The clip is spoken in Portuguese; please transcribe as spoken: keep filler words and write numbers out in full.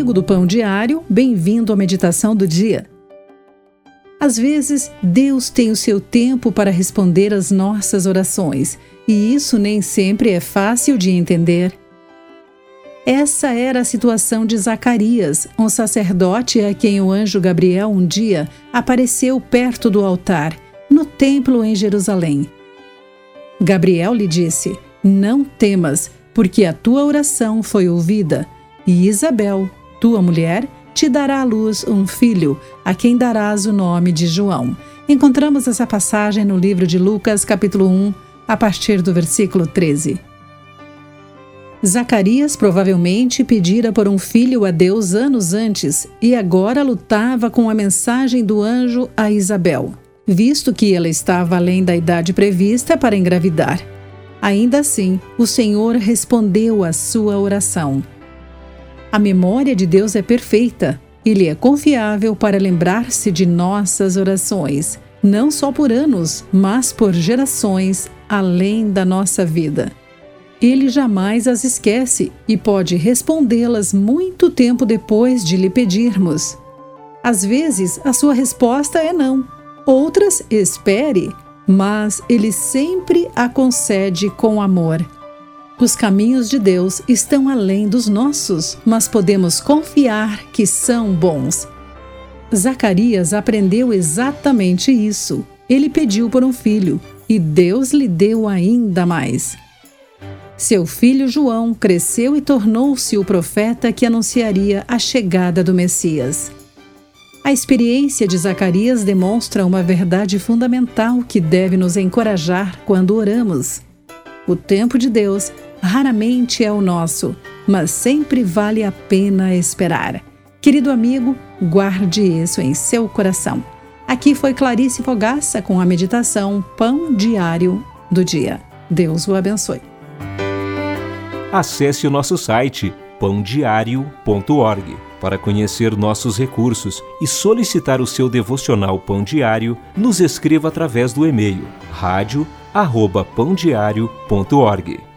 amigo do Pão Diário, bem-vindo à meditação do dia. Às vezes, Deus tem o seu tempo para responder às nossas orações, e isso nem sempre é fácil de entender. Essa era a situação de Zacarias, um sacerdote a quem o anjo Gabriel um dia apareceu perto do altar, no templo em Jerusalém. Gabriel lhe disse: "Não temas, porque a tua oração foi ouvida, e Isabel, tua mulher, te dará à luz um filho, a quem darás o nome de João." Encontramos essa passagem no livro de Lucas, capítulo um, a partir do versículo treze. Zacarias provavelmente pedira por um filho a Deus anos antes e agora lutava com a mensagem do anjo a Isabel, visto que ela estava além da idade prevista para engravidar. Ainda assim, o Senhor respondeu à sua oração. A memória de Deus é perfeita. Ele é confiável para lembrar-se de nossas orações, não só por anos, mas por gerações além da nossa vida. Ele jamais as esquece e pode respondê-las muito tempo depois de lhe pedirmos. Às vezes, a sua resposta é não. Outras, espere, mas Ele sempre a concede com amor. Os caminhos de Deus estão além dos nossos, mas podemos confiar que são bons. Zacarias aprendeu exatamente isso. Ele pediu por um filho, e Deus lhe deu ainda mais. Seu filho João cresceu e tornou-se o profeta que anunciaria a chegada do Messias. A experiência de Zacarias demonstra uma verdade fundamental que deve nos encorajar quando oramos. O tempo de Deus raramente é o nosso, mas sempre vale a pena esperar. Querido amigo, guarde isso em seu coração. Aqui foi Clarice Fogaça com a meditação Pão Diário do Dia. Deus o abençoe. Acesse o nosso site pão diário ponto org para conhecer nossos recursos e solicitar o seu devocional Pão Diário. Nos escreva através do e-mail rádio arroba pão diário ponto org.